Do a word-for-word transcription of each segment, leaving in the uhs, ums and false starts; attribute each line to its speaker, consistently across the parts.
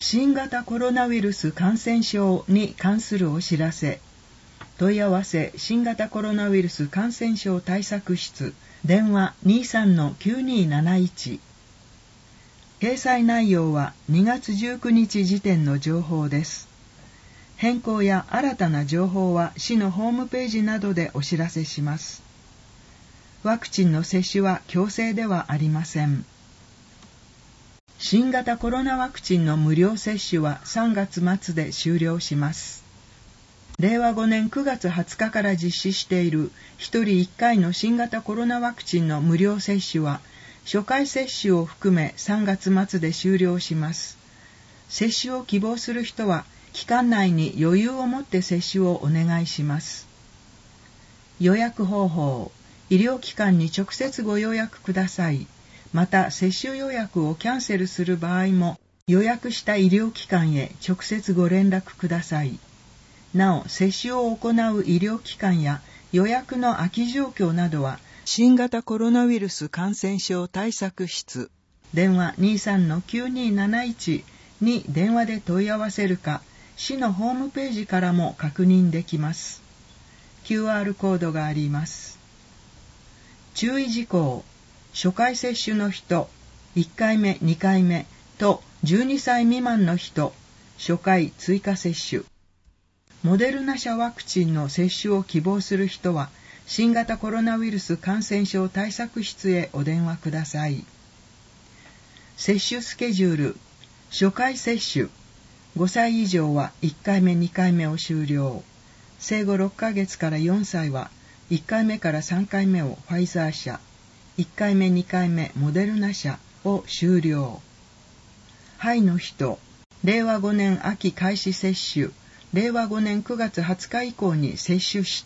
Speaker 1: 新型コロナウイルス感染症に関するお知らせ。問い合わせ新型コロナウイルス感染症対策室、電話 にじゅうさんのきゅうにーなないち。掲載内容はにがつじゅうくにち時点の情報です。変更や新たな情報は市のホームページなどでお知らせします。ワクチンの接種は強制ではありません。新型コロナワクチンの無料接種はさんがつまつで終了します。れいわごねんくがつはつかから実施しているひとりいっかいの新型コロナワクチンの無料接種は初回接種を含めさんがつまつで終了します。接種を希望する人は期間内に余裕を持って接種をお願いします。予約方法、医療機関に直接ご予約ください。また接種予約をキャンセルする場合も予約した医療機関へ直接ご連絡ください。なお、接種を行う医療機関や予約の空き状況などは新型コロナウイルス感染症対策室、電話 にじゅうさんのきゅうにーなないち に電話で問い合わせるか、市のホームページからも確認できます。キューアール コードがあります。注意事項、初回接種の人、いっかいめ、にかいめとじゅうにさい未満の人、初回追加接種。モデルナ社ワクチンの接種を希望する人は、新型コロナウイルス感染症対策室へお電話ください。接種スケジュール、初回接種、ごさい以上はいっかいめ、にかいめを終了。生後ろっかげつからよんさいはいっかいめからさんかいめをファイザー社、いっかいめ、にかいめモデルナ社を終了。はいの人、れいわごねん秋開始接種、れいわごねんくがつはつか以降に接種した。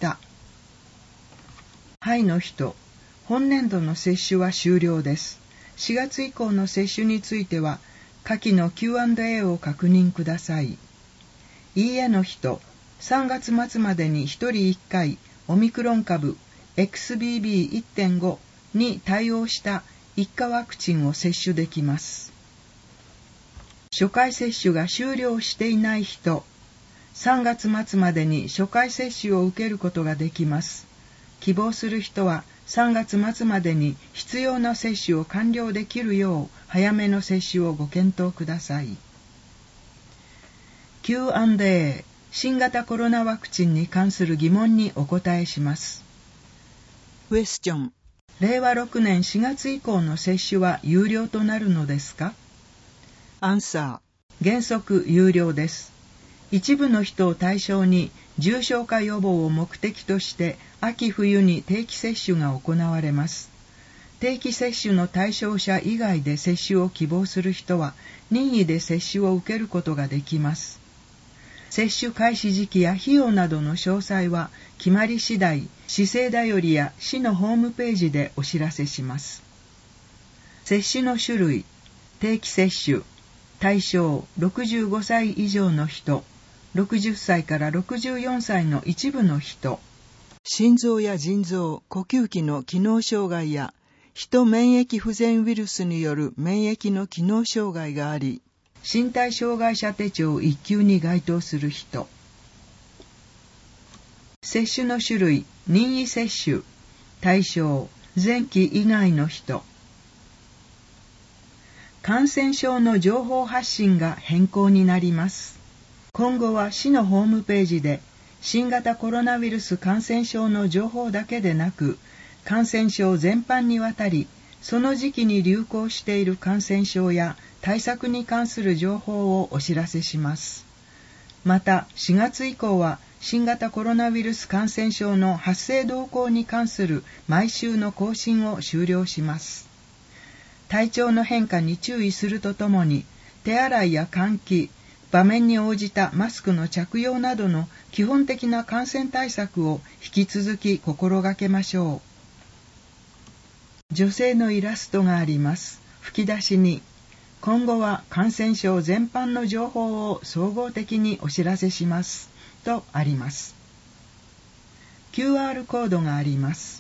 Speaker 1: はいの人、本年度の接種は終了です。しがつ以降の接種については、下記の キューアンドエー を確認ください。いいえの人、さんがつまつまでにひとりいっかいオミクロン株 エックスビービーいってんご に対応した一価ワクチンを接種できます。初回接種が終了していない人、さんがつまつまでに初回接種を受けることができます。希望する人はさんがつまつまでに必要な接種を完了できるよう早めの接種をご検討ください。キューアンドエー、新型コロナワクチンに関する疑問にお答えします。クエスチョン、れいわろくねんしがつ以降の接種は有料となるのですか？アンサー、原則有料です。一部の人を対象に重症化予防を目的として秋冬に定期接種が行われます。定期接種の対象者以外で接種を希望する人は任意で接種を受けることができます。接種開始時期や費用などの詳細は決まり次第、市政だよりや市のホームページでお知らせします。接種の種類、定期接種、対象ろくじゅうごさい以上の人、ろくじゅっさいからろくじゅうよんさいの一部の人、心臓や腎臓、呼吸器の機能障害やヒト免疫不全ウイルスによる免疫の機能障害があり、身体障害者手帳いっきゅうに該当する人。接種の種類、任意接種、対象、前期以外の人。感染症の情報発信が変更になります。今後は市のホームページで新型コロナウイルス感染症の情報だけでなく、感染症全般にわたり、その時期に流行している感染症や対策に関する情報をお知らせします。また、しがつ以降は新型コロナウイルス感染症の発生動向に関する毎週の更新を終了します。体調の変化に注意するとともに、手洗いや換気、場面に応じたマスクの着用などの基本的な感染対策を引き続き心がけましょう。女性のイラストがあります。吹き出しに、今後は感染症全般の情報を総合的にお知らせしますとあります。キューアール コードがあります。